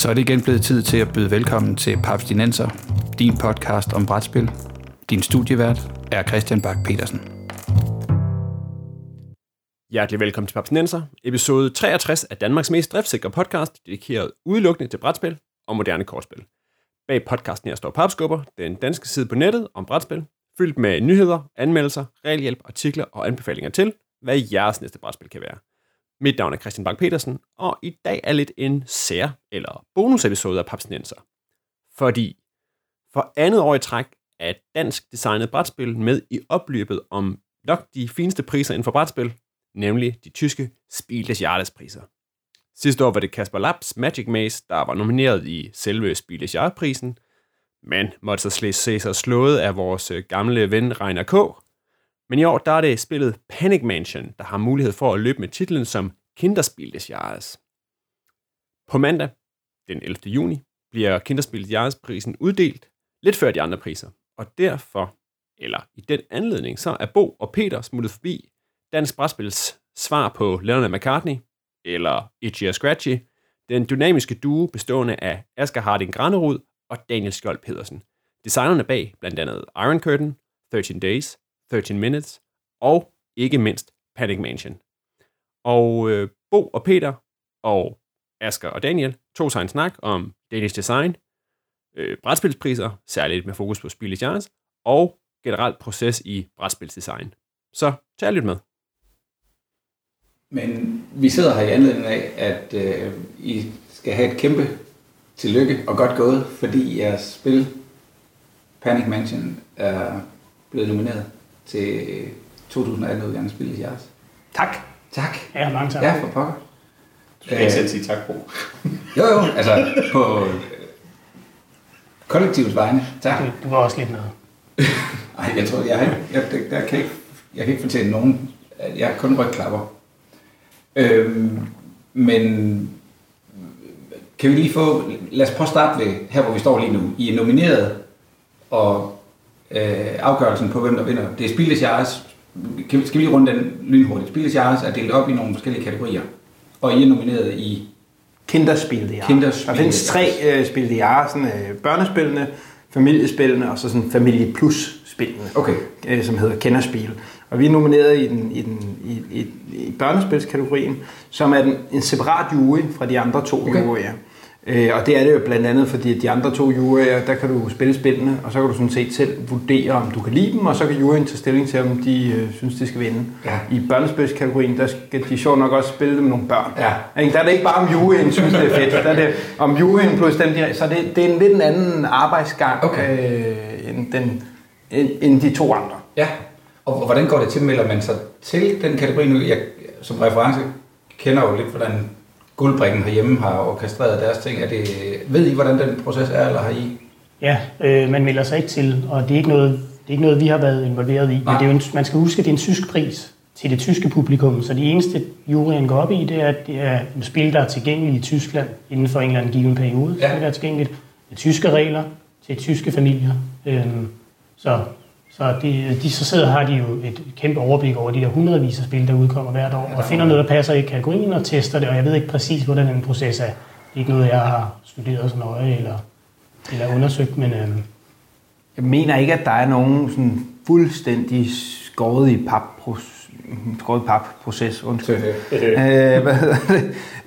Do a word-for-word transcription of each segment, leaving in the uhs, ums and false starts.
Så er det igen blevet tid til at byde velkommen til Papstinenser, din podcast om brætspil. Din studievært er Christian Bak Petersen. Hjertelig velkommen til Papstinenser, episode treogtres af Danmarks mest driftsikre podcast, dedikeret udelukkende til brætspil og moderne kortspil. Bag podcasten her står Papskubber, den danske side på nettet om brætspil, fyldt med nyheder, anmeldelser, regelhjælp, artikler og anbefalinger til, hvad jeres næste brætspil kan være. Mit navn er Christian Bak Petersen, og i dag er lidt en sær- eller bonusepisode af Papstinenser. Fordi for andet år i træk er et dansk designet brætspil med i opløbet om nok de fineste priser inden for brætspil, nemlig de tyske Spiel des Jahres priser. Sidste år var det Kasper Labs Magic Maze, der var nomineret i selve Spiel des Jahres prisen, men måtte så se sig slået af vores gamle ven Reiner K. Men i år der er det spillet Panic Mansion, der har mulighed for at løbe med titlen som Kinderspiel des Jahres. På mandag, den ellevte juni, bliver Kinderspiel des Jahres prisen uddelt, lidt før de andre priser. Og derfor, eller i den anledning, så er Bo og Peter smuttet forbi Dansk Brætspils svar på Lennon og McCartney, eller Itchy og Scratchy, den dynamiske duo bestående af Asger Harding Granerud og Daniel Skjold Pedersen. Designerne bag blandt andet Iron Curtain, thirteen days, thirteen minutes og ikke mindst Panic Mansion. Og øh, Bo og Peter og Asger og Daniel tog sig en snak om Danish design, øh, brætspilspriser, særligt med fokus på Spiel des Jahres, og generelt proces i brætspilsdesign. Så tag lidt med. Men vi sidder her i anledning af, at øh, I skal have et kæmpe tillykke og godt gået, fordi jeres spil Panic Mansion er blevet nomineret til to tusind atten udgangen Spiel des Jahres. Tak. Tak. Ja, mange tak. Ja, for pokker. Du skal ikke selv sige tak, Bo. Jo, jo, altså på øh, kollektivets vegne. Tak. Du, du var også lidt med. Ej, jeg tror, jeg, har, jeg, jeg, jeg, kan ikke, jeg kan ikke fortælle nogen. Jeg har kun rygklapper. Øhm, men kan vi lige få, lad os prøve at starte ved her, hvor vi står lige nu. I er nomineret, og øh, afgørelsen på, hvem der vinder, det er Spiel des Jahres. Skal vi lige runde den lynhurtigt? Spiel des Jahres er delt op i nogle forskellige kategorier, og I er nomineret i Kinderspiel des Jahres. Kinderspiel. Der findes tre øh, Spiel des Jahres, sådan øh, børnespillene, familiespillene og så sådan familie plus spillene, okay. øh, som hedder Kinderspiel. Og vi er nomineret i, den, i, den, i, i, i børnespilskategorien, som er den, en separat jury fra de andre to okay. juryer. Øh, og det er det jo blandt andet, fordi de andre to juryer, der kan du spille spillene, og så kan du sådan set selv vurdere, om du kan lide dem, og så kan juryen tage stilling til, om de øh, synes, de skal vinde. Ja. I børnespilskategorien, der skal de sjovt nok også spille det med nogle børn. Ja. Der er det ikke bare om juryen synes, det er fedt. Der er det om juryen plus dem, de, så det, det er en lidt en anden arbejdsgang okay. øh, end, den, end, end de to andre. Ja. Og hvordan går det til, melder man sig til den kategori nu? Jeg som reference kender jo lidt, hvordan Guldbrikken herhjemme har orkestreret deres ting. Er det, ved I, hvordan den proces er, eller har I? Ja, øh, man melder sig ikke til, og det er ikke noget, det er ikke noget vi har været involveret i. Men det er jo en, man skal huske, at det er en tysk pris til det tyske publikum, så det eneste juryen går op i, det er, at det er et spil, der er tilgængeligt i Tyskland inden for en eller anden given periode. Ja. Så det er tilgængeligt med tyske regler til tyske familier. Øh, så Så, de, de, så sidder har de jo et kæmpe overblik over de der hundredvis af spil, der udkommer hvert år, og finder noget, der passer i kategorien og tester det, og jeg ved ikke præcis, hvordan den proces er. Det er ikke noget, jeg har studeret så nøje eller, eller undersøgt, men... Øhm. Jeg mener ikke, at der er nogen sådan fuldstændig skåret i pap skåret i pap proces. Undskyld. øh, hvad hedder det?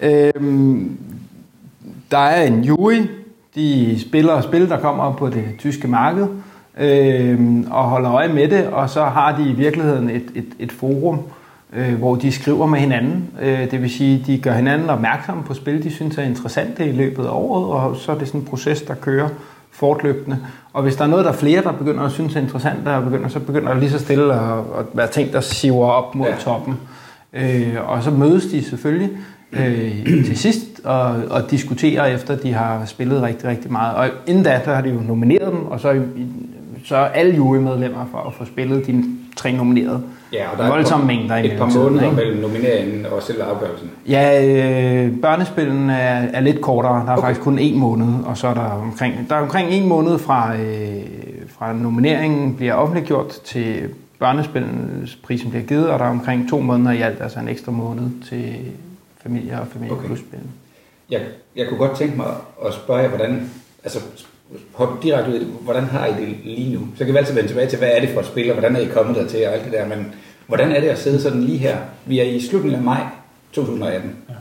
Øhm, der er en jury, de spiller og spil, der kommer på det tyske marked, Øh, og holder øje med det, og så har de i virkeligheden et, et, et forum, øh, hvor de skriver med hinanden. Øh, det vil sige, de gør hinanden opmærksomme på spil, de synes er interessante i løbet af året, og så er det sådan en proces, der kører fortløbende. Og hvis der er noget, der er flere, der begynder at synes er interessant, der begynder, så begynder der lige så stille at, at være ting, der siver op mod ja. toppen. Øh, og så mødes de selvfølgelig øh, til sidst og, og diskuterer efter, de har spillet rigtig, rigtig meget. Og inden da, der har de jo nomineret dem, og så i, så er alle jurymedlemmer for at få spillet de tre nominerede. Ja, og der er voldsomme mængder et par måneder mellem nomineringen og selve afgørelsen. Ja, øh, børnespillen er, er lidt kortere. Der er okay. faktisk kun en måned, og så er der omkring, der er omkring en måned fra, øh, fra nomineringen bliver offentliggjort til børnespillens prisen bliver givet, og der er omkring to måneder i alt, altså en ekstra måned til familier og familie okay. plus spil. jeg, jeg kunne godt tænke mig at spørge jer, hvordan, altså hop direkte ud, hvordan har I det lige nu? Så kan vi altid vende tilbage til, hvad er det for et spil, og hvordan er I kommet der til, og alt det der, men hvordan er det at sidde sådan lige her? Vi er i slutningen af maj to tusind og atten. Ja.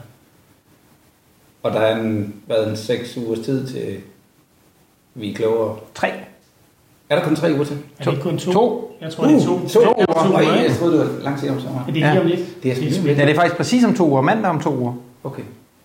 Og der er en, hvad, en seks ugers tid til, vi er klogere. Tre. Er der kun tre uger til? Er det ikke kun to? To. Jeg tror, det er to. Uh, to, to uger. to Og uger. jeg troede, det var lang tid om sommeren. Er det ikke om lidt? Det er det Ja, det er faktisk præcis om to uger. Mandag om to uger. Okay.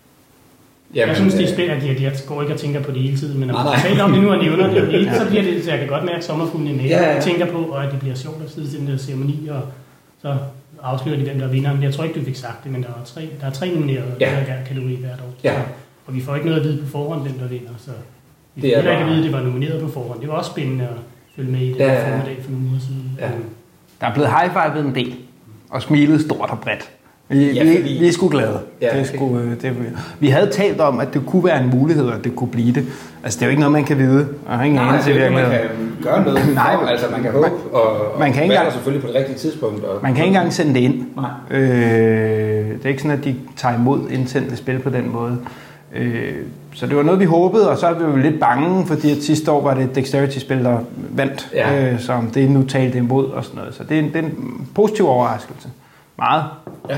Jamen, jeg synes, de øh, spiller, at jeg går ikke og tænker på det hele tiden, men når nej, man nej. taler om det nu og nævner det hele, så bliver det, så jeg kan godt mærke sommerfuglen i næsen, Ja, ja. jeg tænker på, og at det bliver sjovt at sidde til den der ceremoni, og så afslører de, hvem der vinder. Men jeg tror ikke, du fik sagt det, men der er tre, der er tre nominerede Ja. i hver kategori hvert år. Ja. Så, og vi får ikke noget at vide på forhånd, hvem der vinder, så vi Det får er heller ikke at bare- vide, at det var nomineret på forhånd. Det var også spændende at følge med i det Ja, ja, ja, ja. formiddag for nogle uger siden. Ja. Der er blevet high-fivet en del, og smilet stort og bredt. Vi, Ja, vi, fordi- vi er sgu glade. Ja, det er okay. sgu, øh, det, vi havde talt om, at det kunne være en mulighed, at det kunne blive det. Altså, det er jo ikke noget, man kan vide. Og har ingen Nej, anelse det i er ikke, man virkeligheden. kan gøre noget. Nej, for, altså man kan håbe, og, og man kan ikke være engang- der selvfølgelig på det rigtige tidspunkt. Og, Man kan ikke engang sende det ind. Nej. Øh, det er ikke sådan, at de tager imod indsendte spil på den måde. Øh, så det var noget, vi håbede, og så er vi jo lidt bange, fordi at sidste år var det et Dexterity-spil, der vandt, Ja. øh, som det nu talte imod og sådan noget. Så det er en, det er en positiv overraskelse. Meget. Ja.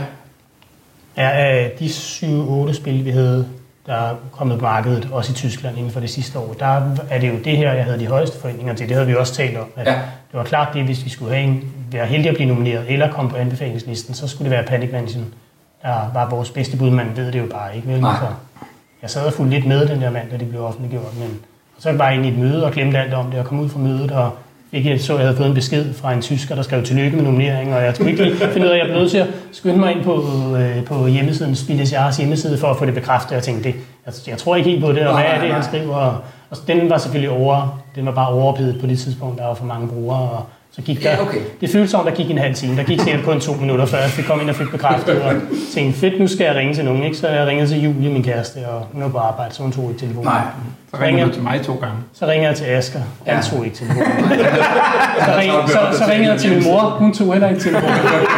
Ja, af de syv otte spil, vi havde, der er kommet på markedet, også i Tyskland inden for det sidste år, der er det jo det her, jeg havde de højeste forventninger til. Det havde vi også talt om. At Ja. Det var klart det, hvis vi skulle have en, være heldige at blive nomineret eller komme på anbefalingslisten, så skulle det være Panic Mansion, der var vores bedste bud. Man ved det jo bare ikke, vel? Nej. Så jeg sad og fulgte lidt med den der mand, da det blev offentliggjort, men så var jeg bare inde i et møde og glemte alt om det, og kom ud fra mødet og ikke så, jeg havde fået en besked fra en tysker, der skrev tillykke med nomineringen, og jeg skulle ikke lige finde ud af, at jeg blev nødt til at skynde mig ind på, øh, på hjemmesiden, Spilles Jahres hjemmeside, for at få det bekræftet. Jeg tænkte, det, jeg, jeg tror ikke helt på det, og hvad er det, han skriver? Og, og den var selvfølgelig over, den var bare overophedet på det tidspunkt, der var for mange brugere, og så gik der, Ja, okay. det føltes som, der gik en halv time, der gik sikkert kun to minutter, før jeg fik komme ind og fik bekræftet, og tænkte, fedt, nu skal jeg ringe til nogen, ikke? Så jeg ringede til Julie, min kæreste, og hun var på arbejde, så hun tog ikke telefonen. Nej. Så ringer du til mig to gange. Så ringer jeg til Asger. Han Ja. tog ikke telefonen. så, ring, så, så ringer jeg til min mor. Hun tog heller ikke telefonen.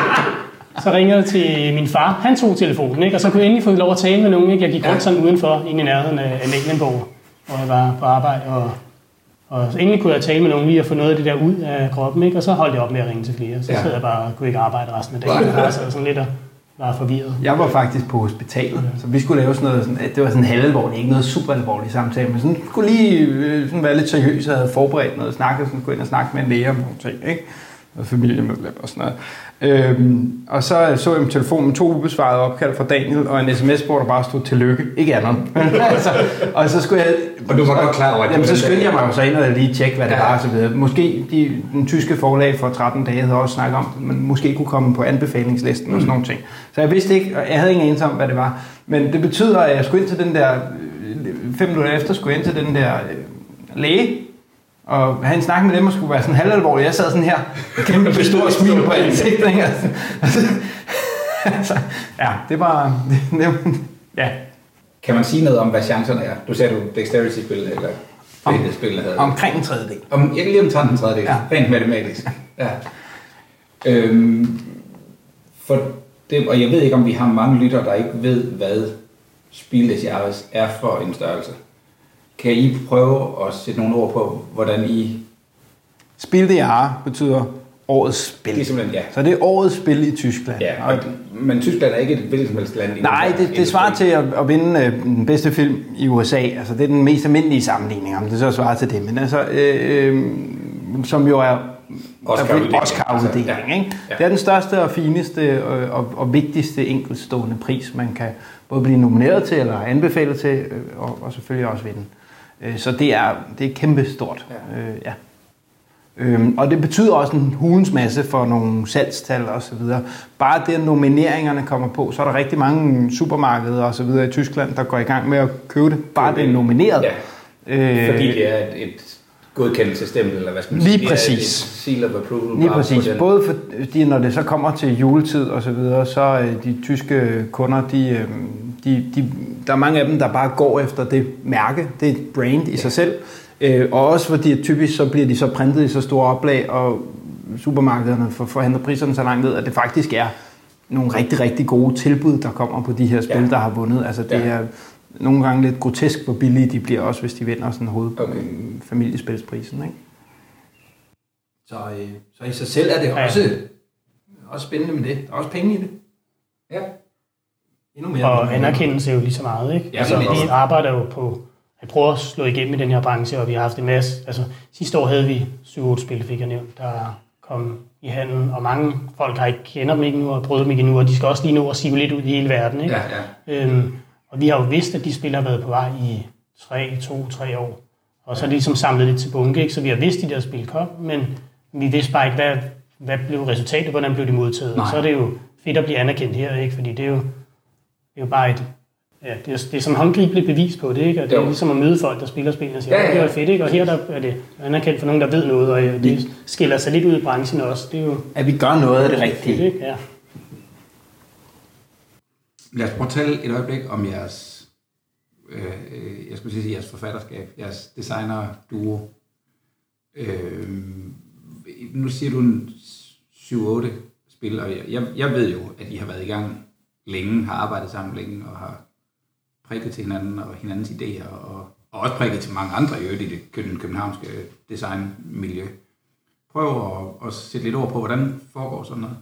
Så ringer jeg til min far. Han tog telefonen, ikke? Og så kunne jeg endelig få lov at tale med nogen, ikke? Jeg gik rundt sådan udenfor, inde i nærheden af Amalienborg, hvor jeg var på arbejde. Og, og så endelig kunne jeg tale med nogen lige at få noget af det der ud af kroppen, ikke? Og så holdt jeg op med at ringe til flere. Så Ja. sad jeg bare og kunne ikke arbejde resten af dagen. Jeg sad sådan lidt og var forvirret. Jeg var faktisk på hospitalet, så vi skulle lave sådan noget, sådan, det var sådan halvalvorligt, ikke noget super alvorligt samtale, men sådan skulle lige øh, sådan være lidt seriøs, og havde forberedt noget, snakke, sådan gå ind og snakke med en læge om nogle ting, ikke? Og familiemedlem og sådan noget. Øhm, og så så jeg på telefonen to ubesvarede opkald fra Daniel, og en sms, hvor der bare stod tillykke, ikke andet. altså, og så skulle jeg... Og du var godt klar over, at det Jamen, var så den skyndte der- jeg mig jo så ind og lige tjekke, hvad det Ja. var og så videre. Måske de, den tyske forlag for tretten dage havde også snakket om, at man måske kunne komme på anbefalingslisten og sådan nogle ting. Så jeg vidste ikke, og jeg havde ingen anelse om, hvad det var. Men det betyder, at jeg skulle ind til den der, fem minutter efter skulle jeg ind til den der øh, læge, og have en snak med dem, og skulle være sådan halvalvorlig. Jeg sad sådan her, med kæmpe stor smil på ansigtet. Ikke? Altså, altså, ja, det var... Det, det, ja. Kan man sige noget om, hvad chancerne er? Du sagde, du Dexterity-spil, eller fitness-spil, havde Omkring en tredjedel. Om, jeg kan lige omtrent en tredjedel, Ja. rent matematisk. Ja. Øhm, for det, og jeg ved ikke, om vi har mange lyttere, der ikke ved, hvad Spilles Jahres er for en størrelse. Kan I prøve at sætte nogle ord på, hvordan I... Spil det Jahre betyder årets spil. Det er simpelthen, ja. Så det er årets spil i Tyskland. ja og, men Tyskland er ikke et hvilket som helst land. i Nej, den her det, det svarer til at, at vinde øh, den bedste film i U S A. Altså, det er den mest almindelige sammenligning, om det så svarer til det. Men altså, øh, øh, som jo er Oscar-uddeling. Oscar-uddeling. Altså, ja. Ikke? Ja. Det er den største og fineste og, og, og vigtigste enkeltstående pris, man kan både blive nomineret til eller anbefalet til, øh, og, og selvfølgelig også vinde. Øh, så det er, det er kæmpestort. Ja. Øh, ja. Øhm, og det betyder også en hulens masse for nogle salgstal og så videre. Bare det, at nomineringerne kommer på, så er der rigtig mange supermarkeder og så videre i Tyskland, der går i gang med at købe det. Bare det er nomineret. Ja. Øh, Fordi det er et, et godkendelsesstempel, eller hvad skal man Lige sige? præcis. Det er et seal of approval. Lige bare præcis. på den. Både fordi, når det så kommer til juletid og så videre, så øh, de tyske kunder, de, øh, de, de, der er mange af dem, der bare går efter det mærke, det er et brand i Ja. sig selv. Øh, og også fordi, at typisk så bliver de så printet i så store oplag, og supermarkederne får forhandlet priserne så langt ned, at det faktisk er nogle rigtig, rigtig gode tilbud, der kommer på de her spil, Ja. der har vundet. Altså det Ja. er nogle gange lidt grotesk, hvor billige de bliver, også hvis de vinder sådan hoved okay. familiespilsprisen, ikke? Så, øh, så i sig selv er det også, ja. også spændende med det. Der er også penge i det. Ja. Endnu mere. Og anerkendelse er jo lige så meget, ikke? Ja, altså, vi arbejder jo på at prøve at slå igennem i den her branche, og vi har haft en masse. Altså, sidste år havde vi syv otte spil, fik jeg nævnt, der kom i handel, og mange folk har ikke kender dem ikke nu og prøvet dem ikke nu, og de skal også lige nå at sive lidt ud i hele verden, ikke? Ja, ja. Øhm, og vi har jo vidst, at de spil har været på vej i tre, to, tre år, og så er det ligesom samlet lidt til bunke, ikke? Så vi har vidst, at de der spil kom, men vi vidste bare ikke, hvad, hvad blev resultatet, hvordan blev de modtaget. Og så er det jo fedt at blive anerkendt her, ikke? Fordi det er jo, det er jo bare et, ja, det er, det er som håndgribeligt bevis på det, ikke? Og det er jo ligesom at møde folk, der spiller spil og siger, ja, ja, ja. Det er fedt, ikke? Og her der er det anerkendt for nogen, der ved noget, og det skiller sig lidt ud i branchen også. Det er jo, at vi gør noget af det rigtige. Fedt, ikke? Ja. Lad os prøve at tale et øjeblik om jeres, øh, jeg skulle sige jeres forfatterskab, jeres designer-duo. Øh, nu siger du en syv otte spil, og jeg, jeg ved jo, at I har været i gang længe, har arbejdet sammen længe, og har prikket til hinanden og hinandens idéer, og, og også prikket til mange andre i det københavnske designmiljø. Prøv at, at sætte lidt ord på, hvordan foregår sådan noget.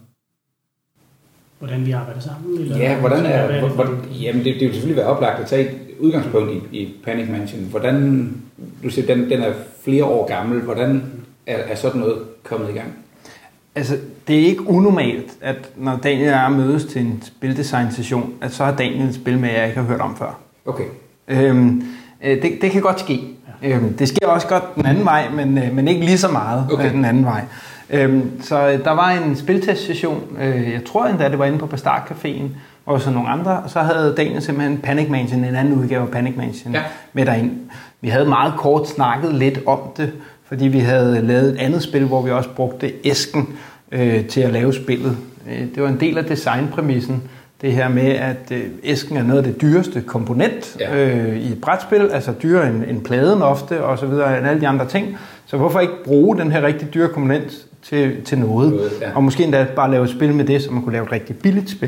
Hvordan vi arbejder sammen? Eller ja, hvordan er, hvordan, jamen det, det vil selvfølgelig være oplagt at tage et udgangspunkt i, i Panic Mansion. Hvordan, du siger, den, den er flere år gammel. Hvordan er, er sådan noget kommet i gang? Altså, det er ikke unormalt, at når Daniel og jeg mødes til en spildesign-session, at så har Daniel et spil med, jeg ikke har hørt om før. Okay. Øhm, det, det kan godt ske. Ja. Øhm, det sker også godt den anden vej, men, men ikke lige så meget okay. den anden vej. Øhm, så der var en spiltest-session, øh, jeg tror endda, det var inde på Bastard Caféen, og så nogle andre, og så havde Daniel simpelthen Panic Mansion, en anden udgave af Panic Mansion, ja. med derind. Vi havde meget kort snakket lidt om det, fordi vi havde lavet et andet spil, hvor vi også brugte æsken øh, til at lave spillet. Det var en del af designpræmissen, det her med, at øh, æsken er noget af det dyreste komponent ja. øh, i et brætspil, altså dyrere end, end pladen ofte, og så videre, end alle de andre ting. Så hvorfor ikke bruge den her rigtig dyre komponent til, til noget? noget ja. Og måske endda bare lave et spil med det, så man kunne lave et rigtig billigt spil.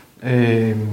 Øh, øh,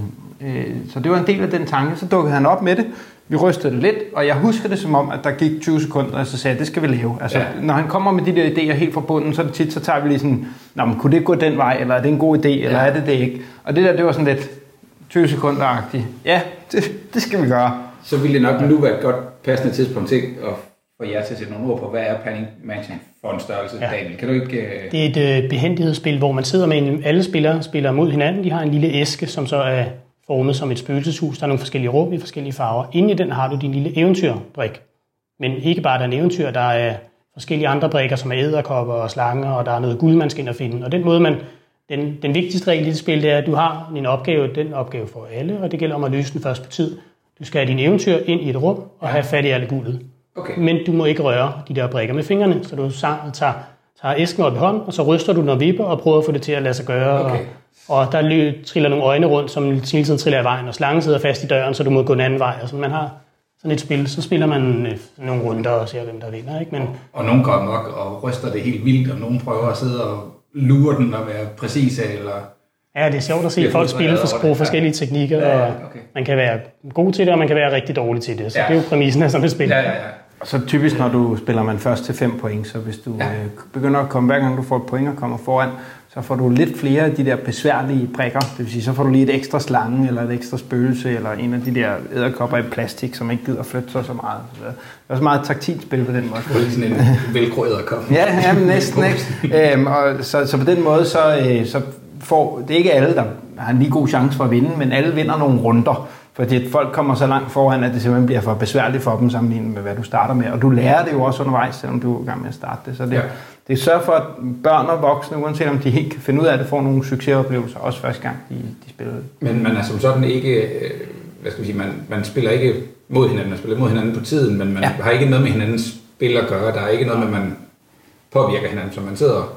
så det var en del af den tanke. Så dukkede han op med det. Vi rystede det lidt, og jeg husker det som om, at der gik tyve sekunder, og så sagde jeg, det skal vi lave. Altså, ja. Når han kommer med de der idéer helt fra bunden, så er det tit, så tager vi lige sådan, nå, men kunne det gå den vej, eller er det en god idé, ja. eller er det det ikke? Og det der, det var sådan lidt tyve sekunder-agtigt. Ja, det, det skal vi gøre. Så ville det nok nu være et godt passende tidspunkt til at få jer til at sætte nogle ord på, hvad er Panic Mansion for en størrelse, ja. Daniel? Kan du ikke... Uh... Det er et uh, behændighedsspil, hvor man sidder med en, alle spillere spiller mod hinanden. De har en lille æske, som så er formet som et spøgelseshus. Der er nogle forskellige rum i forskellige farver. Inde i den har du din lille eventyrbrik. Men ikke bare der er en eventyr, der er forskellige andre brikker, som er edderkopper og slanger, og der er noget guld, man skal ind og finde. Og den måde, man, den, den vigtigste regel i det spil, det er, at du har en opgave, den opgave for alle, og det gælder om at løse den først på tid. Du skal have din eventyr ind i et rum og have fat i alle guldet. Okay. Men du må ikke røre de der brikker med fingrene, så du tager, tager æsken op i hånden, og så ryster du den og vipper og prøver at få det til at lade sig gøre. Okay. Og, og der løb, triller nogle øjne rundt, som hele tiden triller i vejen, og slangen sidder fast i døren, så du må gå en anden vej. Og så man har sådan et spil, så spiller man øh, nogle runder og ser, hvem der vinder. Ikke? Men, og, og nogen går nok og ryster det helt vildt, og nogen prøver at sidde og lure den og være præcise, eller... Ja, det er sjovt at se folk spille for bruge forskellige teknikker, ja, ja, okay. og man kan være god til det, og man kan være rigtig dårlig til det. Så ja. Det er jo præmissen af sådan et spil. Ja, ja, ja. Og så typisk, når du spiller man først til fem point, så hvis du ja. øh, begynder at komme, hver gang du får et point og kommer foran, så får du lidt flere af de der besværlige prikker. Det vil sige, så får du lige et ekstra slange, eller et ekstra spøgelse, eller en af de der edderkopper i plastik, som ikke gider flytte sig så meget. Så det er også meget taktilt spil på den måde. Det er sådan en velcro edderkop. Ja, ja, men næsten ikke. Øhm, og så, så på den måde, så, øh, så får, det er ikke alle, der har en lige god chance for at vinde, men alle vinder nogle runder. Fordi folk kommer så langt foran, at det simpelthen bliver for besværligt for dem sammenlignet med, hvad du starter med. Og du lærer det jo også undervejs, selvom du er i gang med at starte det. Så det, ja. det sørger for, at børn og voksne, uanset om de helt kan finde ud af det, får nogle succesoplevelser, også første gang de, de spiller det. Men man er som sådan ikke, hvad skal vi sige, man, man spiller ikke mod hinanden, man spiller mod hinanden på tiden, men man ja. har ikke noget med hinandens spil at gøre. Der er ikke noget med, at man påvirker hinanden, så man sidder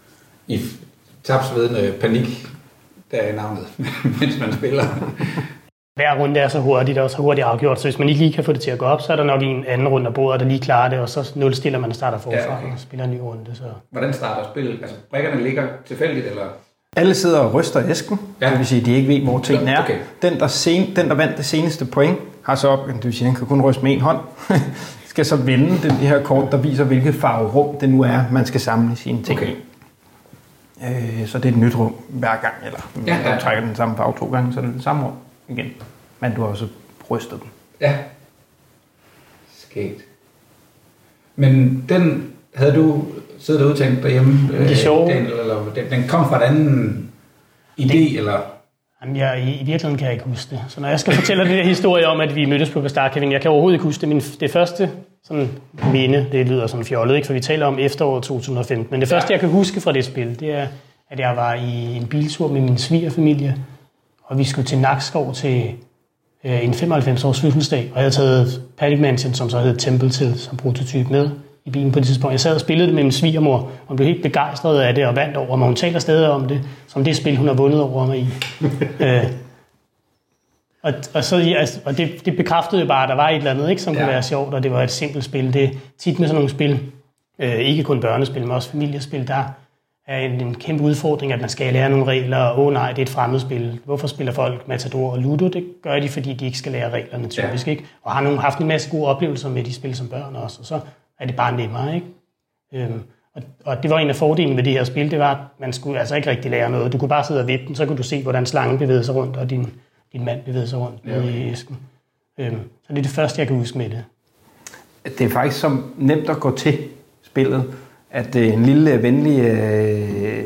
i tabsvedende panik, der er navnet, mens man spiller. Hver runde er så hurtigt og så hurtigt afgjort, så hvis man ikke lige kan få det til at gå op, så er der nok en anden runde af bordet, der lige klarer det, og så nulstiller man og starter forfra ja, okay. og spiller en ny runde. Så. Hvordan starter spillet? Altså, brikkerne ligger tilfældigt, eller? Alle sidder og ryster æsken, ja. Det vil sige, at de ikke ved, hvor tingene er. Okay. Den, der, sen, den, der vandt det seneste point, har så op, det vil sige, at han kan kun ryste med en hånd, skal så vende den, det her kort, der viser, hvilket farverum det nu er, man skal samle sine ting okay. i. Øh, så det er et nyt rum hver gang, eller ja, ja. Du trækker den samme farve to gange, så er det det samme rum igen. Men du har også rystet den. Ja. Skægt. Men den havde du siddet og udtænkt derhjemme? Det er sjovt. Den, eller den, den kom fra en anden idé, eller? Jamen, jeg, i, i virkeligheden kan jeg ikke huske det. Så når jeg skal fortælle det der historie om, at vi mødtes på Bastarkevin, jeg kan overhovedet ikke huske det. Min, det første sådan, minde, det lyder sådan fjollet, ikke? For vi taler om efteråret to tusind og femten. Men det første, jeg kan huske fra det spil, det er, at jeg var i en biltur med min svigerfamilie, og vi skulle til Nakskov til øh, en femoghalvfems års fødselsdag, og jeg havde taget Panic Mansion, som så hed Temple til, som prototype med i bilen på det tidspunkt. Jeg sad og spillede det med min svigermor, og hun blev helt begejstret af det og vandt over mig. Hun taler stadig om det, som det spil, hun har vundet over mig i. øh, og og, så, ja, og det, det bekræftede jo bare, at der var et eller andet, ikke, som ja. Kunne være sjovt, og det var et simpelt spil. Det er tit med sådan nogle spil, øh, ikke kun børnespil, men også familiespil, der er en, en kæmpe udfordring, at man skal lære nogle regler, og åh oh, nej, det er et fremmedspil. Hvorfor spiller folk Matador og Ludo? Det gør de, fordi de ikke skal lære reglerne typisk, ja. Ikke? Og har nogle, haft en masse gode oplevelser med de spil som børn også, og så er det bare nemmere, ikke? Øhm, og, og det var en af fordelene ved det her spil, det var, at man skulle altså ikke rigtig lære noget. Du kunne bare sidde og vippe den, så kunne du se, hvordan slangen bevægede sig rundt, og din, din mand bevægede sig rundt ja. I æsken. Øhm, så det er det første, jeg kan huske med det. Det er faktisk så nemt at gå til spillet, at en lille venlig øh,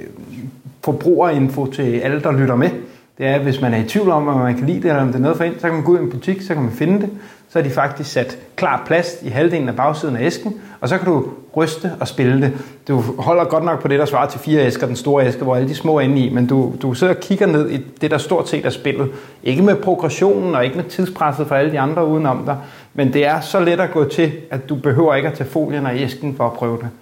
forbrugerinfo til alle, der lytter med, det er, at hvis man er i tvivl om, om man kan lide det, eller om det er noget for en, så kan man gå ud i en butik, så kan man finde det. Så er de faktisk sat klar plast i halvdelen af bagsiden af æsken, og så kan du ryste og spille det. Du holder godt nok på det, der svarer til fire æsker, den store æske, hvor alle de små er inde i, men du, du sidder og kigger ned i det, der stort set er spillet. Ikke med progressionen og ikke med tidspresset for alle de andre udenom dig, men det er så let at gå til, at du behøver ikke at tage folien af æsken for at prøve det.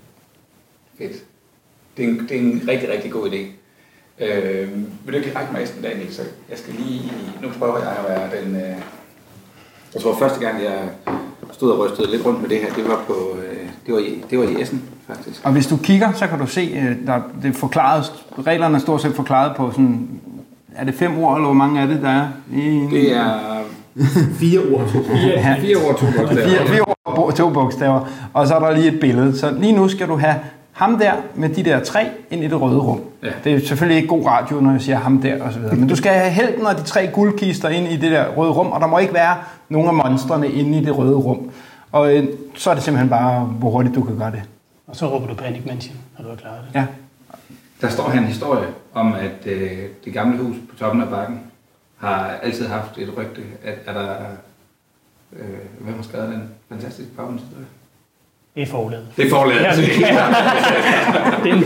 Fedt. Det er en, det er en rigtig, rigtig god idé. Øh, vil du ikke række mig æsken, Daniel? Så jeg skal lige... Nu prøver jeg at være den... Øh, jeg tror, første gang, jeg stod og rystede lidt rundt med det her, det var, på, øh, det var, i, det var i Essen, faktisk. Og hvis du kigger, så kan du se, der det er forklaret, reglerne er stort set forklaret på sådan... Er det fem ord, eller hvor mange er det, der er? I, det er... Fire ord, to bogstaver. Ja, fire ord, to bogstaver. Fire, fire ord, to bogstaver. Og så er der lige et billede. Så lige nu skal du have ham der med de der tre ind i det røde rum. Ja. Det er selvfølgelig ikke god radio, når jeg siger ham der og så videre. Men du skal have helten og de tre guldkister ind i det der røde rum, og der må ikke være nogen af monstrene inde i det røde rum. Og øh, så er det simpelthen bare, hvor hurtigt du kan gøre det. Og så råber du Panic Mansion, når du har klaret det. Ja. Der står her en historie om, at øh, det gamle hus på toppen af bakken har altid haft et rygte, at er der... Øh, hvem har skrevet den fantastiske baggrundshistorie? Det er forladet. Det er forladet. Ja, den,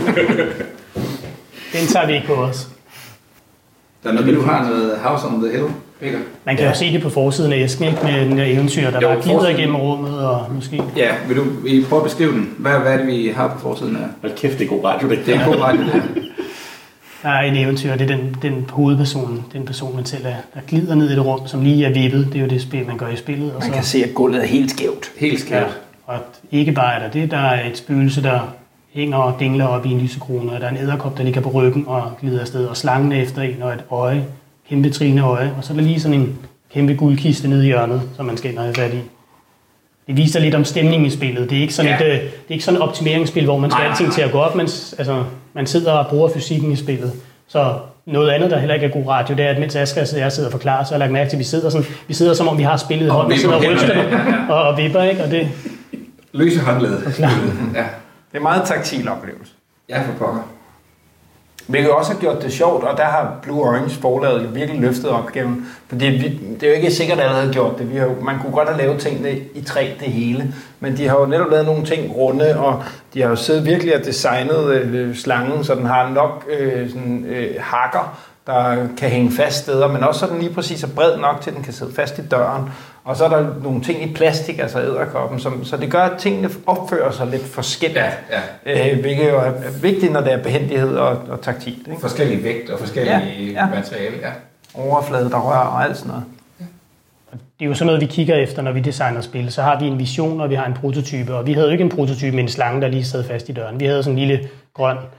den tager vi ikke på os. Der er noget, du har noget House on the Hill, Peter. Man kan ja. Jo se det på forsiden af æsken, ikke? Med den der eventyr, der jo, bare glider igennem rummet og måske... Ja, vil du vil prøve at beskrive den? Hvad, hvad er det, vi har på forsiden af? Hold kæft, det er god radio, det. Det er god radio, det. Der er et eventyr, det er den, den hovedperson, den person, man selv er, der glider ned i et rum, som lige er vippet. Det er jo det spil, man gør i spillet. Og man så, kan se, at gulvet er helt skævt. Helt skævt. Ja, og ikke bare er der det, der er et spøgelse, der hænger og dingler op i en lysekrone, og der er en edderkop, der ligger på ryggen og glider afsted, og slangen efter en, og et øje, kæmpe trine øje, og så er der lige sådan en kæmpe guldkiste nede i hjørnet, som man skal ind og have fat i. Det viser lidt om stemningen i spillet. Det er ikke sådan, ja. et, det er ikke sådan et optimeringsspil, hvor man skal have alting til at gå op, men altså, man sidder og bruger fysikken i spillet. Så noget andet, der heller ikke er god radio, det er, at mens Asger og jeg sidder og forklarer, så har jeg lagt mærke til, at vi sidder, sådan, vi sidder som om vi har spillet i hånden, og sidder og ryster og, og vipper, ikke? Og det... Løse håndled. Ja. Det er meget taktil oplevelse. Ja, for pokker. Vi kan også have gjort det sjovt, og der har Blue Orange forlaget jo virkelig løftet opgaven. Fordi vi, det er jo ikke sikkert, at alle havde gjort det. Vi har jo, man kunne godt have lavet tingene i træ det hele. Men de har jo netop lavet nogle ting runde, og de har jo siddet virkelig og designet øh, slangen, så den har nok øh, sådan, øh, hakker, der kan hænge fast steder, men også så den lige præcis er bred nok til, at den kan sidde fast i døren. Og så er der nogle ting i plastik, altså edderkoppen, som, så det gør, at tingene opfører sig lidt forskelligt. Ja, ja. Øh, hvilket jo er vigtigt, når det er behændighed og, og taktilt. Ikke? Forskellige vægt og forskellige ja, ja. materiale. Ja. Overflade, der rører og alt sådan noget. Det er jo sådan noget, vi kigger efter, når vi designer spil. Så har vi en vision, og vi har en prototype. Og vi havde jo ikke en prototype med en slange, der lige sad fast i døren. Vi havde sådan en lille grøn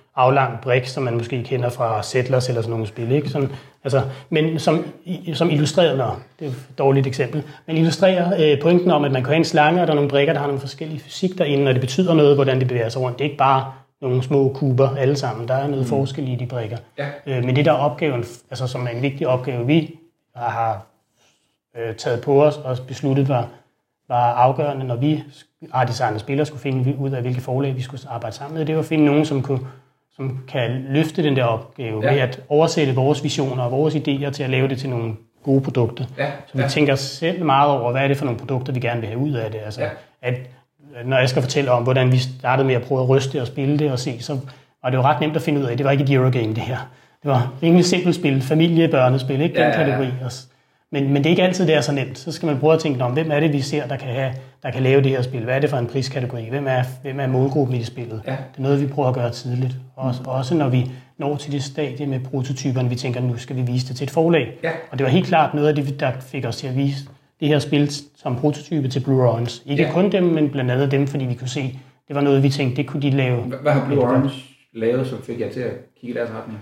aflang brik, som man måske kender fra Settlers eller sådan nogle spil, ikke? Sådan, altså, men som, som illustrerer, nå, det er et dårligt eksempel, men illustrerer øh, pointen om, at man kan have en slange, og der er nogle brikker, der har nogle forskellige fysik derinde, og det betyder noget, hvordan det bevæger sig rundt. Det er ikke bare nogle små kuber alle sammen, der er noget mm. forskel i de brikker. Ja. Øh, men det der opgaven, altså som er en vigtig opgave, vi har øh, taget på os og besluttet var, var afgørende, når vi art-designede spillere skulle finde ud af, hvilke forlag vi skulle arbejde sammen med, det var at finde nogen, som kunne som kan løfte den der opgave ja. Ved at oversætte vores visioner og vores idéer til at lave det til nogle gode produkter. Ja. Så vi ja. tænker selv meget over, hvad er det for nogle produkter, vi gerne vil have ud af det. Altså, ja. at, når jeg skal fortælle om, hvordan vi startede med at prøve at ryste og spille det og se, så var det jo ret nemt at finde ud af, det var ikke et Eurogame det her. Det var rimelig simpelt spil, familie, børnespil, ikke den ja, kategori. Ja, ja. Men, men det er ikke altid, det er så nemt. Så skal man prøve at tænke om, hvem er det, vi ser, der kan, have, der kan lave det her spil? Hvad er det for en priskategori? Hvem er, hvem er målgruppen i det spillet? Ja. Det er noget, vi prøver at gøre tidligt. Også, også når vi når til det stadie med prototyperne, vi tænker, nu skal vi vise det til et forlag. Ja. Og det var helt klart noget af det, der fik os til at vise det her spil som prototype til Blue Orange. Ikke ja. kun dem, men blandt andet dem, fordi vi kunne se, det var noget, vi tænkte, det kunne de lave. Hvad har Blue Orange lavet, som fik jer til at kigge i deres retning?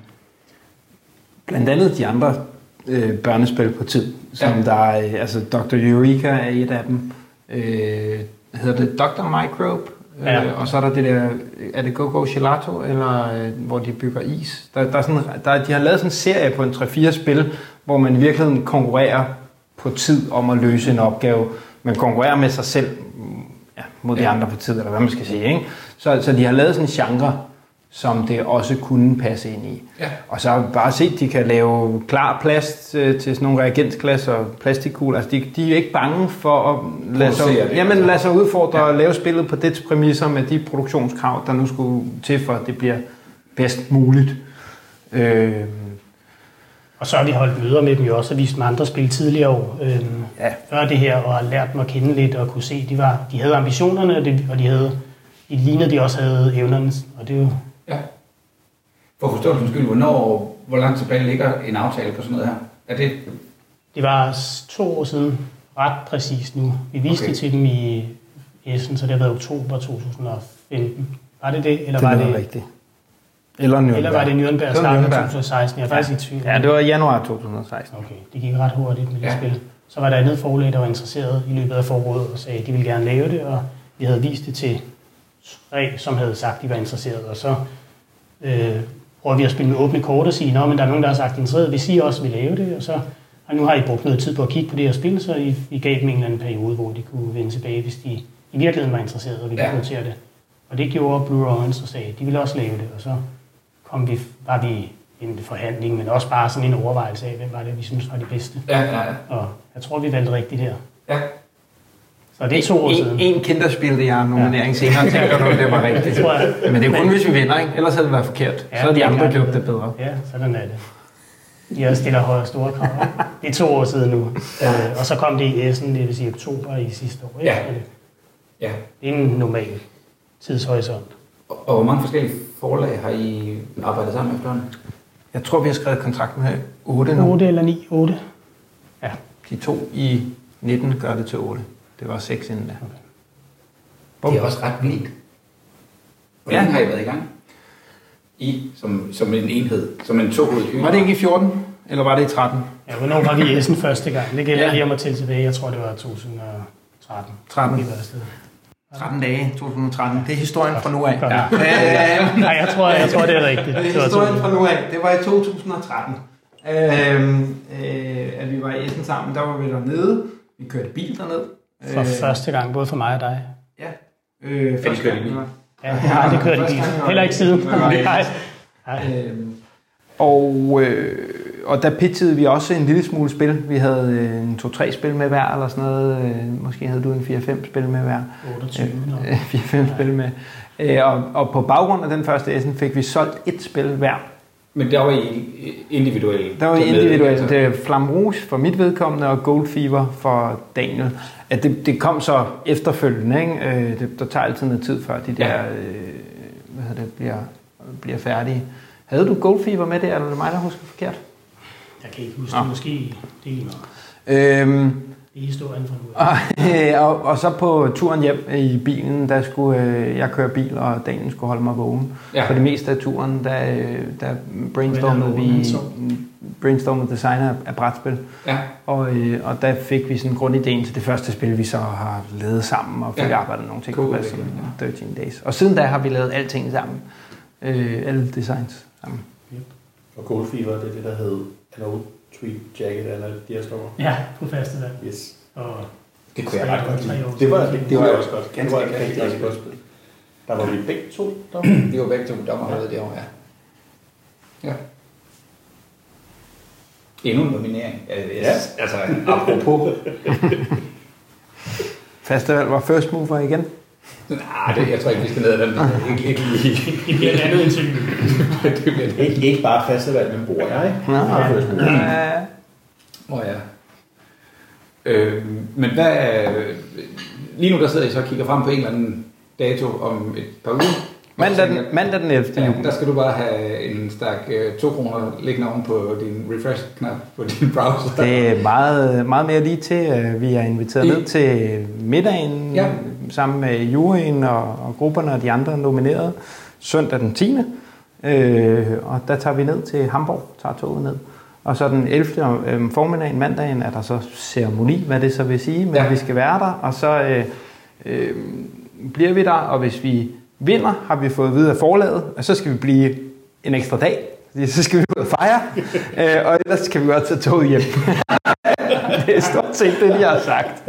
Blandt andet de andre øh, børnespil på tid, som ja. der er, altså doktor Eureka er et af dem. Øh, hedder det doktor Microbe? Ja. Øh, og så er der det der, er det Go Go Gelato, eller øh, hvor de bygger is? Der, der er sådan, der, de har lavet sådan en serie på en tre fire spil, hvor man i virkeligheden konkurrerer på tid om at løse en opgave. Man konkurrerer med sig selv ja, mod de ja. andre på tid, eller hvad man skal sige. Ikke? Så, så de har lavet sådan en genre, som det også kunne passe ind i. Ja. Og så har vi bare set, at de kan lave klar plast til sådan nogle reagensglas og plastikkugler. Altså de, de er ikke bange for at lade sig, jamen, lade sig udfordre ja. og lave spillet på dets præmisser med de produktionskrav, der nu skulle til for, at det bliver bedst muligt. Øh. Og så har vi holdt møder med dem jo også og vist dem andre spil tidligere år. Øh, ja. Før det her, og har lært dem at kende lidt og kunne se, de, var, de havde ambitionerne, og, det, og de havde de lignede, de også havde evnerne. Og det er jo ja. For forståelsens skyld, hvornår, hvor langt tilbage ligger en aftale på sådan noget her? Er det? Det var to år siden, ret præcist nu. Vi viste okay. det til dem i Essen, så det har været oktober to tusind og femten. Var det det? Eller det var det rigtigt. Eller Nürnberg. Eller var det Nürnberg starten af to tusind og seksten? Jeg er faktisk i tvivl. Ja, det var januar to tusind og seksten. Okay, det gik ret hurtigt med det ja. spil. Så var der andet forlag, der var interesseret i løbet af foråret og sagde, at de ville gerne lave det, og vi havde vist det til tre, som havde sagt, at de var interesserede. Og så øh, prøver vi at spille med åbne kort og sige, at der er nogen, der har sagt interesseret, hvis I også vil lave det. Og, så, og nu har I brugt noget tid på at kigge på det her spil, så I, I gav dem en eller anden periode, hvor de kunne vende tilbage, hvis de i virkeligheden var interesserede og ville ja. prioritere det. Og det gjorde Blue Orange og sagde, at de ville også lave det. Og så kom vi, var vi i en forhandling, men også bare sådan en overvejelse af, hvem var det, vi synes var det bedste. Ja, ja, ja. Og jeg tror, vi valgte rigtigt her. Ja. Så det er to år siden. En, en kinderspil, det er nominering ja. senere, tænker du, det var rigtigt. Det tror jeg. Men det er kun, hvis vi vinder, ikke? Ellers havde det været forkert. Ja, så har de andre gjort det bedre. Ja, sådan er det. De også stiller højere store krav. Det er to år siden nu. Ja. Og så kom det i Essen, det vil sige oktober i sidste år. Ikke? Ja. Ja. Det er en normal tidshorisont. Og, og hvor mange forskellige forlag har I arbejdet sammen med efterhånden? Jeg tror, vi har skrevet kontrakt med otte nu. otte eller ni, otte. Ja. De to i nitten gør det til otte. Det var seks inden da. Okay. Det er også ret vildt. Hvor længe ja. har I været i gang? I, som, som en enhed, som en tohovedet hyre. Var det ikke i fjorten, eller var det i tretten? Ja, hvornår var vi i Essen første gang? Det gælder ja. lige om at tælle tilbage. Jeg tror, det var to tusind og tretten. tretten. tretten dage, to tusind og tretten. Det er historien fra nu af. Ja. Nej, jeg tror, jeg tror, det er rigtigt. Det er historien fra nu af. Det var i to tusind og tretten. Øhm, øh, at vi var i Essen sammen, der var vi dernede. Vi kørte bil derned. For øh, første gang, både for mig og dig. Ja. Øh, første gang. Ja, jeg har aldrig kørt i bil. Heller ikke siden. Nej. Øhm, og, øh, og der pitchede vi også en lille smule spil. Vi havde øh, en to-tre spil med hver, eller sådan noget. Øh, måske havde du en fire-fem spil med hver. otteogtyve. Øh, fire-fem spil med. Øh, og, og på baggrund af den første Essen fik vi solgt et spil hver. Men der var I individuelt? Der var I individuelt. Det er Flamme Rouge for mit vedkommende, og Gold Fever for Daniel. At det, det kom så efterfølgende, ikke? Øh, det, der tager altid noget tid før de der ja. øh, hvad hedder det, bliver, bliver færdige. Havde du Gold Fever med det, eller er det mig, der husker forkert? Jeg kan ikke huske det, måske det Øhm, Det er historien fra nu. og, og, og så på turen hjem i bilen, der skulle øh, jeg køre bil, og Daniel skulle holde mig vågen. Ja. For det meste af turen, der, der brainstormede vi brainstormede designer af brætspil. Ja. Og, øh, og der fik vi sådan grundidéen til det første spil, vi så har lavet sammen, og fik ja. arbejdet nogle ting cool, på plads, ja. tretten Days. Og siden da har vi lavet alting sammen. Øh, alle designs sammen. Yep. Og Cold Fever, det er det, der hed An Old Tweed Jacket, eller de her står. Ja, på festival. Yes. Og det kunne jeg ret godt lide. Det var, det, det var også godt. Ganske, det var ganske, ganske godt spil. Der var vi begge to dommer. Vi var begge to dommerholdet det år, ja. Ja. Endnu en nominering. Ja. Altså, apropos. Festival var first mover igen. Nej, det, jeg tror ikke, vi skal ned ad den. Ikke, ikke lige. Det bliver et andet interview. Det bliver ikke, ikke bare festival, men bor jeg, ikke? Nå, ja. Åh ja. Øh, men hvad er... Lige nu der sidder I så og kigger frem på en eller anden dato om et par uger. Mandag den, mandag den ellevte Ja, der skal du bare have en stak uh, to kroner liggende oven på din refresh-knap på din browser. Det er meget, meget mere lige til. Vi er inviteret I... ned til middagen ja. sammen med juryen og, og grupperne og de andre nominerede søndag den tiende Øh, og der tager vi ned til Hamburg, tager toget ned. Og så den ellevte om formiddagen, mandagen, er der så ceremoni, hvad det så vil sige, men ja. vi skal være der, og så øh, øh, bliver vi der, og hvis vi vinder, har vi fået at vide af forlaget, og så skal vi blive en ekstra dag, så skal vi ud og fejre, øh, og ellers skal vi godt tage toget hjem. Det er stort set det, de har sagt.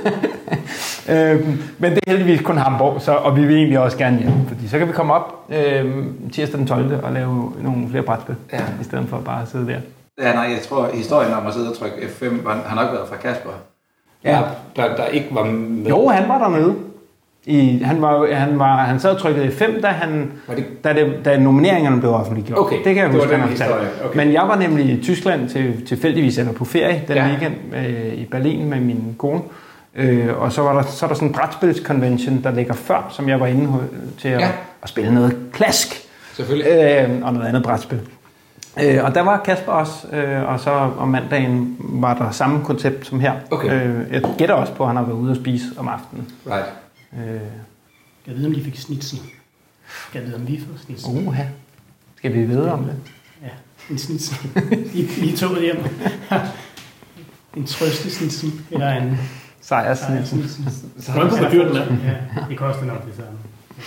øhm, men det er heldigvis kun Hamburg, så, og vi vil egentlig også gerne hjem, fordi så kan vi komme op øhm, tirsdag den tolvte og lave nogle flere brætspil, ja. i stedet for bare at sidde der. Ja, nej, jeg tror, historien om at sidde og trykke F fem har nok været fra Kasper. Ja, der, der ikke var med. Jo, han var dernede. I, han, var, han, var, han sad og trykkede F fem, da, han, det? Da, det, da nomineringerne blev offentliggjort. Okay, det kan jeg huske, han har fortalt. Okay. Men jeg var nemlig i Tyskland til, tilfældigvis, eller på ferie den ja. weekend øh, i Berlin med min kone. Øh, og så var der, så er der sådan en brætspilskonvention, der ligger før, som jeg var inde til at, ja. at spille noget klask. Selvfølgelig. Øh, og noget andet brætspil. Øh, og der var Kasper også, øh, og så om mandagen var der samme koncept som her. Okay. Øh, jeg gætter også på, at han har været ude at spise om aftenen. Right. Øh. Jeg ved, om de fik snitsel. Jeg ved, om vi får snitsel. Oha. Skal vi vide om det? Ja, en snitsel. I, I toget hjem. En trøstesnitsel, eller en sejrsnitsel. Så har du dyrt den der? Ja, det koster nok det samme.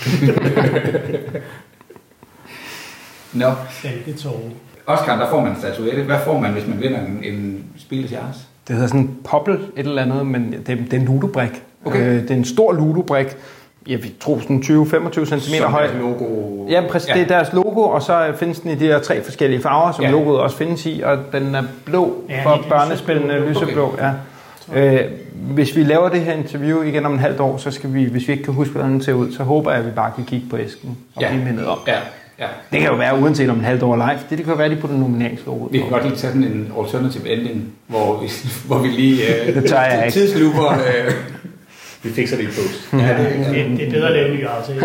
Nå. No. Det er tårer. Oscar, der får man en statuette. Hvad får man, hvis man vinder en, en Spieles Jahres? Det hedder sådan en poppel, et eller andet, men det, det er en ludobrik. Okay. Øh, det er en stor ludobrik. Jeg tror sådan tyve til femogtyve centimeter høj. Som logo. Ja, præcis. Ja. Det er deres logo, og så findes den i de her tre forskellige farver, som ja. logoet også findes i, og den er blå ja, for børnespillene, lyseblå. Okay. Ja. Øh, hvis vi laver det her interview igen om en halvt år, så skal vi, hvis vi ikke kan huske, hvordan den ser ud, så håber jeg, at vi bare kan kigge på æsken og ja. blive mindet om. Ja. Ja. Det kan jo være uanset om en halvt år live. Det, det kan jo være, de på den nomineringslogo. Vi kan godt lige tage sådan en alternative ending, hvor vi, hvor vi lige øh, det tager jeg ikke. tidslooper. Øh. Vi fikser det i post. Ja, det, det, det er bedre at lave en ny aftale.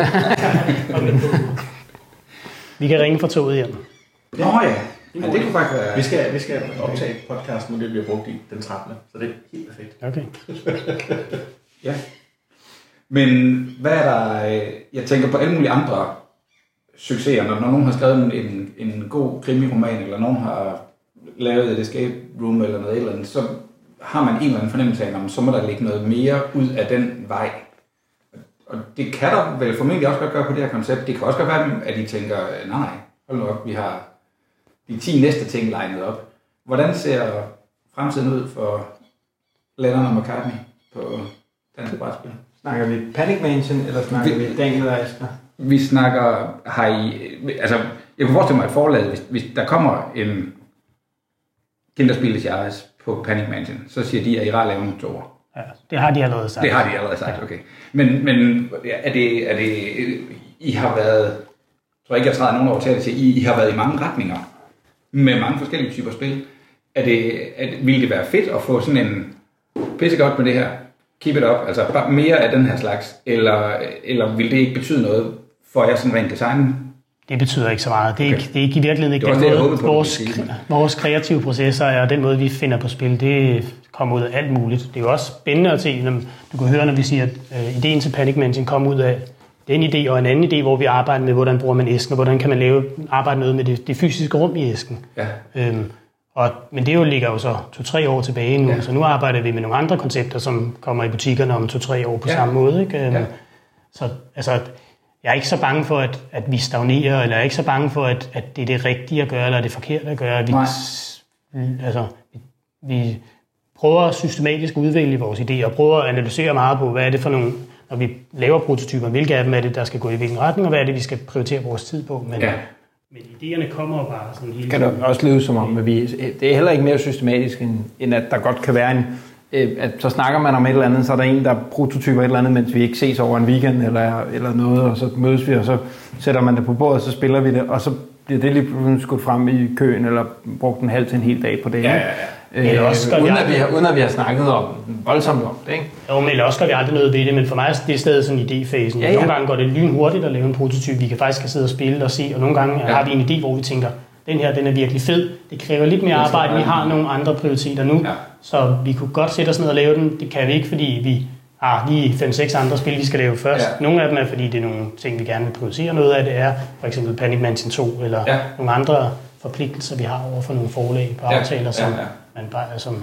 Vi kan ringe fra toget hjem. Nå ja, ja det kunne faktisk være... Vi skal, vi skal optage podcasten, og det bliver brugt i den trettende Så det er helt perfekt. Okay. Ja. Men hvad er der... Jeg tænker på alle mulige andre succeser, når nogen har skrevet en, en god krimiroman, eller nogen har lavet et escape room eller noget eller andet, så har man en eller anden fornemmelse af, at så må der ligge noget mere ud af den vej. Og det kan der vel formentlig også godt gøre på det her koncept. Det kan også godt være, at I tænker, nej, hold nu op, vi har de ti næste ting legnet op. Hvordan ser fremtiden ud for Lennon og McCartney på danske brætspil? Snakker vi Panic Mansion, eller snakker vi, vi Daniel og Asger? Vi snakker, har I, altså, jeg kunne forestille mig et forlag, hvis, hvis der kommer en Kinderspieles Jahres på Panic Mansion, så siger de, at I har lavet nogle toer. Ja, det har de allerede sagt. Det har de allerede sagt, okay. Men, men er, det, er det, I har været, jeg tror ikke, jeg træder nogen over til at sige, I, I har været i mange retninger, med mange forskellige typer spil. Er det, er det, vil det være fedt at få sådan en pissegodt med det her? Keep it up, altså bare mere af den her slags, eller, eller vil det ikke betyde noget for jer sådan rent design Det betyder ikke så meget. Det er, okay. ikke, det er ikke i virkeligheden ikke det den måde, måde, vores, vores kreative processer og den måde, vi finder på spil, det kommer ud af alt muligt. Det er jo også spændende at se, når du kan høre, når vi siger, at øh, ideen til Panic Mansion kom ud af den idé og en anden idé, hvor vi arbejder med, hvordan bruger man æsken, og hvordan kan man lave, arbejde noget med det, det fysiske rum i æsken. Ja. Øhm, og, men det jo ligger jo så to-tre år tilbage nu, ja. Så nu arbejder vi med nogle andre koncepter, som kommer i butikkerne om to-tre år på ja. samme måde. Ikke? Øhm, ja. Så altså, jeg er ikke så bange for, at, at vi stagnerer, eller jeg er ikke så bange for, at, at det er det rigtige at gøre, eller det forkerte at gøre. Vi, altså, vi, vi prøver systematisk at udvælge vores idéer, og prøver at analysere meget på, hvad er det for nogle, når vi laver prototyper, hvilke af dem er det, der skal gå i hvilken retning, og hvad er det, vi skal prioritere vores tid på. Men, ja. men idéerne kommer jo bare sådan hele tiden. Kan det også lyde som om, at vi, det er heller ikke mere systematisk, end, end at der godt kan være en, at så snakker man om et eller andet, så er der en, der prototyper et eller andet, mens vi ikke ses over en weekend eller, eller noget, og så mødes vi, og så sætter man det på bordet, og så spiller vi det, og så bliver det lige pludselig skudt frem i køen, eller brugt en halv til en hel dag på det. Ja, ja, ja. Øh, også uden, at vi har, uden at vi har snakket om voldsomt om det, ikke? Jo, men også gør vi aldrig noget ved det, men for mig er det stadig sådan en idéfasen. Ja, ja. Nogle gange går det lynhurtigt at lave en prototype, vi kan faktisk sidde og spille og se, og nogle gange ja. har vi en idé, hvor vi tænker, den her, den er virkelig fed. Det kræver lidt mere arbejde. Vi har nogle andre prioriteter nu, ja. så vi kunne godt sætte os ned og lave den. Det kan vi ikke, fordi vi har lige fem-seks andre spil, vi skal lave først. Ja. Nogle af dem er, fordi det er nogle ting, vi gerne vil prioritere. Noget af det er for eksempel Panic Mansion to, eller ja. nogle andre forpligtelser, vi har over for nogle forlag på aftaler, ja. som ja, ja. man bare er som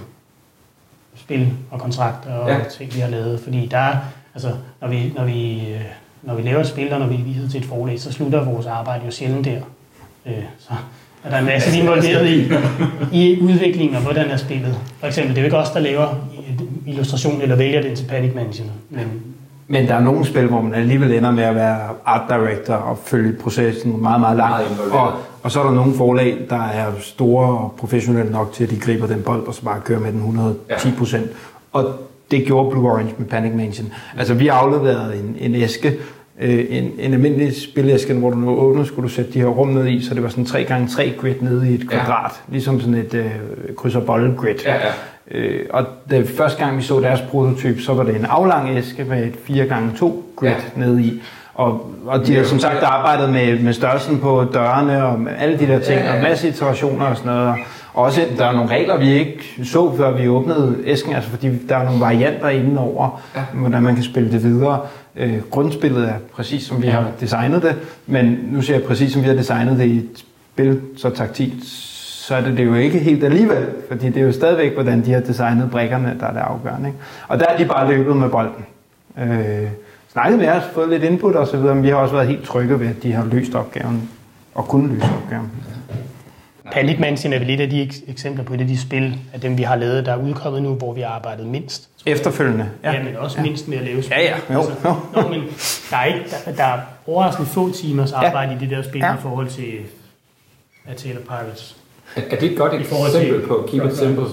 spil og kontrakter og ja. ting, vi har lavet. Fordi der er, altså, når vi, når vi, når vi laver et spil, og når vi viser til et forlag, så slutter vores arbejde jo sjældent der. Øh, så er der en masse involveret i, i udviklingen, og hvordan er spillet. For eksempel, det er jo ikke os, der laver illustration eller vælger den til Panic Mansion. Men, men der er nogle spil, hvor man alligevel ender med at være art director og følge processen meget, meget langt. Og, og så er der nogle forlag, der er store og professionelle nok til, at de griber den bold og så bare kører med den et hundrede og ti procent. Og det gjorde Blue Orange med Panic Mansion. Altså, vi afleverede en, en æske, En, en almindelig spilæske, hvor du nu åbner, skulle du sætte de her rum ned i, så det var sådan tre gange tre grid nede i et kvadrat, ja. ligesom sådan et øh, kryds og bolle grid. Ja, ja. Øh, og det første gang vi så deres prototyp, så var det en aflang æske med et fire gange to grid ja. nede i. Og, og de har som sagt arbejdet med, med størrelsen på dørene og alle de der ting, ja, ja, ja. og masse iterationer og sådan noget. Og også, der er nogle regler, vi ikke så, før vi åbnede æsken, altså fordi der er nogle varianter indenover, ja. hvordan man kan spille det videre. Øh, grundspillet er præcis som vi har designet det, men nu siger jeg præcis som vi har designet det i et spil så taktilt, så er det det jo ikke helt alligevel, fordi det er jo stadigvæk, hvordan de har designet brikkerne, der er det afgørende. Ikke? Og der er de bare løbet med bolden. Øh, snakket med os, fået lidt input og så videre, men vi har også været helt trygge ved, at de har løst opgaven og kunne løse opgaven. Panic Mansion er vel et af de eksempler på et af de spil, af dem vi har lavet, der er udkommet nu, hvor vi har arbejdet mindst. Efterfølgende. Ja, ja men også ja. mindst med at lave spil. Ja, ja. Jo, altså, jo. Nå, men der er, ikke, der, der er overraskende få timers arbejde ja. i det der spil ja. i forhold til A Tale of Pirates. Er, er det et godt eksempel på Keep It Simple?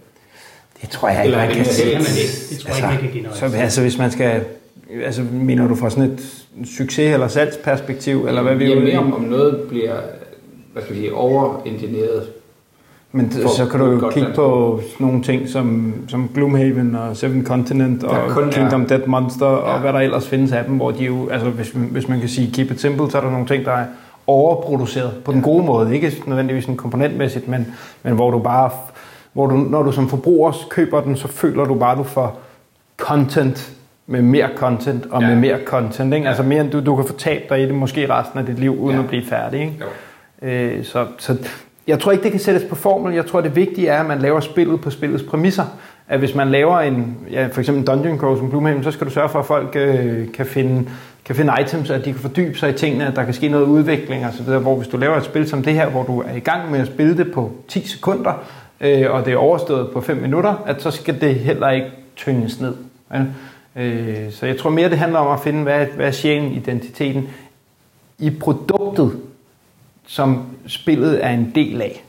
Det tror jeg ikke, man kan sige. Det, det tror jeg ikke, man kan generere. Så, altså hvis man skal... Altså, mener du fra sådan et succes- eller salgsperspektiv, eller hvad vi vil? Mere om, om noget bliver... hvad skal vi sige, overengineeret. Men så kan du jo kigge på nogle ting som, som Gloomhaven og Seven Continent og Kingdom er. Dead Monster ja. og hvad der ellers findes af dem, hvor de jo, altså hvis, hvis man kan sige Keep It Simple, så er der nogle ting, der er overproduceret på den gode måde. Ikke nødvendigvis en komponentmæssigt, men, men hvor du bare, hvor du, når du som forbruger køber den, så føler du bare, at du får content med mere content og ja. med mere content. Ikke? Ja. Altså mere end du, du kan få tabt dig i det måske resten af dit liv, uden ja. at blive færdig. Ikke? Øh, så, så jeg tror ikke, det kan sættes på formel. Jeg tror, det vigtige er, at man laver spillet på spillets præmisser. At hvis man laver en, ja, for eksempel Dungeon Crawl som Gloomhaven, så skal du sørge for, at folk øh, kan, finde, kan finde items, at de kan fordybe sig i tingene, at der kan ske noget udvikling og så videre. Hvor hvis du laver et spil som det her, hvor du er i gang med at spille det på ti sekunder, øh, og det er overstået på fem minutter, at så skal det heller ikke tynges ned. Ja? Øh, så jeg tror mere, det handler om at finde, hvad, hvad er sjælen, identiteten i produktet, som spillet er en del af.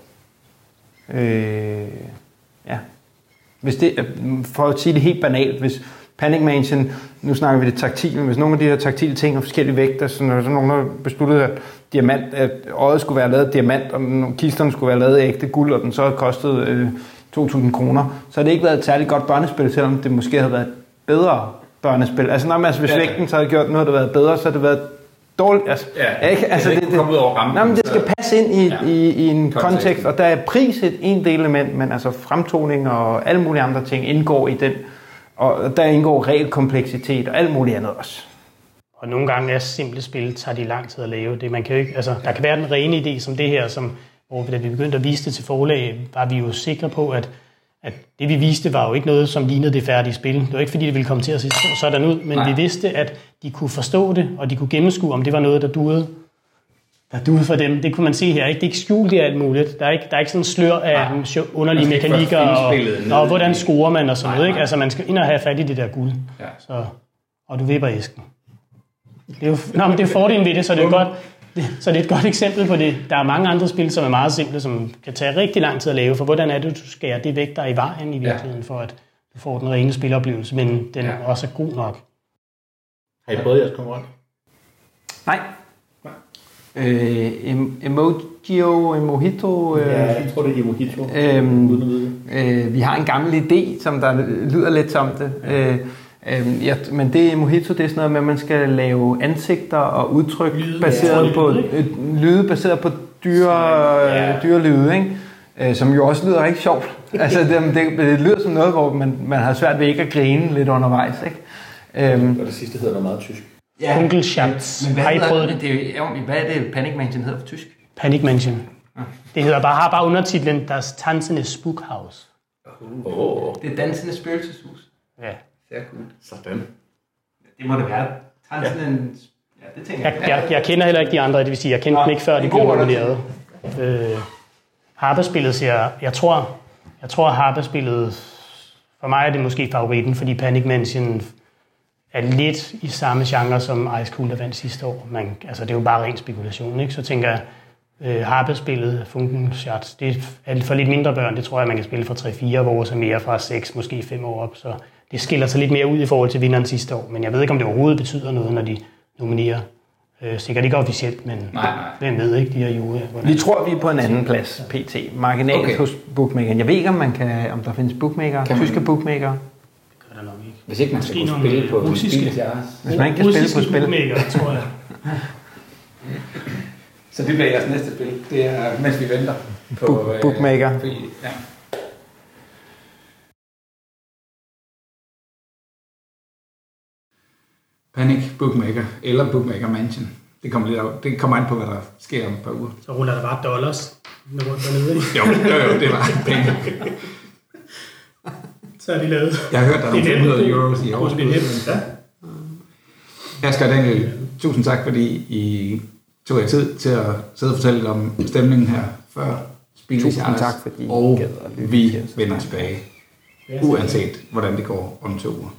Øh, ja. Hvis det, for at sige det helt banalt, hvis Panic Mansion, nu snakker vi det taktile, hvis nogle af de her taktile ting har forskellige vægter, så når så nogen har besluttet, at, diamant, at øjet skulle være lavet af diamant, og kisterne skulle være lavet af ægte guld, og den så havde kostet øh, to tusind kroner, så har det ikke været et særligt godt børnespil, selvom det måske havde været et bedre børnespil. Altså, når man, altså hvis vægten så havde gjort noget, der havde været bedre, så havde det været dårligt. Altså, ja, ikke? Altså, det, det, det, ud over rampen, nej, men det skal passe ind i, ja, i, i en kontekst, kontekst, og der er pris et en delelement, men altså fremtoning og alle mulige andre ting indgår i den, og der indgår regelkompleksitet og alt muligt andet også. Og nogle gange er simple spil, tager de lang tid at lave. Det, man kan jo ikke, altså, der kan være den rene idé som det her, som, hvor da vi begyndte at vise det til forlag, var vi jo sikre på, at, at det vi viste var jo ikke noget, som lignede det færdige spil. Det var ikke fordi, det ville komme til at se sådan ud, men Nej. vi vidste, at de kunne forstå det, og de kunne gennemskue, om det var noget, der duede. Der duede for dem. Det kunne man se her. Ikke? Det er ikke skjult, det er alt muligt. Der er ikke, der er ikke sådan en slør af Nej. underlige mekanikker, og, og hvordan scorer man og sådan noget. Ikke? Altså, man skal ind og have fat i det der guld. Ja. Så, og du vipper æsken. Det er jo, nå, men det er fordelen ved det, så det er, godt, det, så det er et godt eksempel på det. Der er mange andre spil, som er meget simple, som kan tage rigtig lang tid at lave, for hvordan er det, du skærer det væk, der er i vejen i virkeligheden, for at du får den rene spiloplevelse, men den ja. også er god nok. Har I prøvet jeres konkurrent? Nej. Øh, Emojio, Emojito. Øh, ja, jeg tror, det er Emojito. Øh, øh, vi har en gammel idé, som der lyder lidt som det. Øh, øh, ja, men det Emojito, det er sådan noget med, at man skal lave ansigter og udtryk lyde, baseret ja, på øh, lyde baseret på dyre, ja. øh, dyrelyde, ikke? Øh, som jo også lyder rigtig sjovt. Altså, det, det, det lyder som noget, hvor man, man har svært ved ikke at grine lidt undervejs, ikke? Øh, og det sidste hedder noget meget tysk. Ja, Funkelschatz. Men hvad, har I prøvet det? Det er, hvad er det, Panic Mansion hedder på tysk? Panic Mansion. Ja. Det hedder bare, har bare undertitlen Das Tanzende Spukhaus. Oh. Det er dansende spøgelseshus. Ja. Det er cool. Sådan. Det må det være. Tanzende... Ja, det tænker jeg. Jeg, jeg. jeg kender heller ikke de andre, det vil sige, jeg kendte ja, dem ikke før, de blev nomineret. Øh, Harpespillet siger, jeg tror, jeg tror Harpespillet, for mig er det måske favoritten, fordi Panic Mansion er lidt i samme genre som Ice Cool, der vandt sidste år. Man, altså, det er jo bare ren spekulation, ikke? Så tænker jeg, øh, harpespillet, Funkelschatz, det er for lidt mindre børn. Det tror jeg, man kan spille fra tre fire, hvor så mere fra seks, måske fem år op. Så det skiller sig lidt mere ud i forhold til vinderen sidste år. Men jeg ved ikke, om det overhovedet betyder noget, når de nominerer. Øh, sikkert ikke officielt, men nej, nej. Hvem ved ikke, de her jure. Vi tror, vi er på en anden plads, P T. Marginalt okay. hos bookmakeren. Jeg ved ikke, om, man kan, om der findes bookmaker, tyske bookmaker. Hvis ikke man skal kunne spille på russiske, hvis man ikke kan spille på spil, tror jeg. Så det bliver jeres næste spil. Det er, mens vi venter på Book, bookmaker. Øh, ja. Panic Bookmaker eller Bookmaker Mansion. Det kommer lidt af, det kommer an på, hvad der sker om et par uger. Så ruller der bare dollars med rundt dernede. jo, jo, jo, det var penge. Så er de lavet. Jeg har hørt, der er nogle fem hundrede euros i overskud. Ja. Asger og Daniel, tusind tak, fordi I tog jer tid til at sidde og fortælle om stemningen her før spillet. Tusind tak, fordi og vi vender tilbage, uanset hvordan det går om to uger.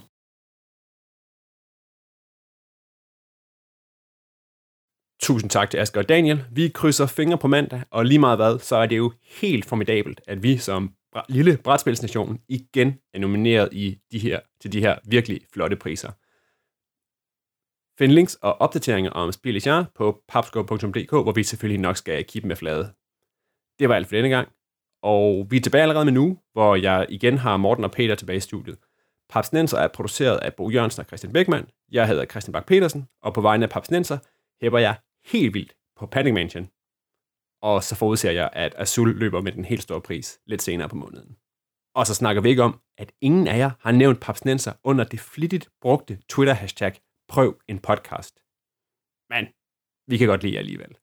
Tusind tak til Asger og Daniel. Vi krydser fingre på mandag, og lige meget hvad, så er det jo helt formidabelt, at vi som lille brætspilsnation igen er nomineret i de her, til de her virkelig flotte priser. Find links og opdateringer om Spil i Genre på papskub punktum d k, hvor vi selvfølgelig nok skal kippe med fladet. Det var alt for denne gang, og vi er tilbage allerede med nu, hvor jeg igen har Morten og Peter tilbage i studiet. Papsnenser er produceret af Bo Jørgensen og Christian Beckmann. Jeg hedder Christian Bak petersen, og på vegne af Papsnenser hæpper jeg helt vildt på Panic Mansion. Og så forudser jeg, at Azul løber med den helt store pris lidt senere på måneden. Og så snakker vi ikke om, at ingen af jer har nævnt Papsnenser under det flittigt brugte Twitter-hashtag Prøv en podcast. Men vi kan godt lide jer alligevel.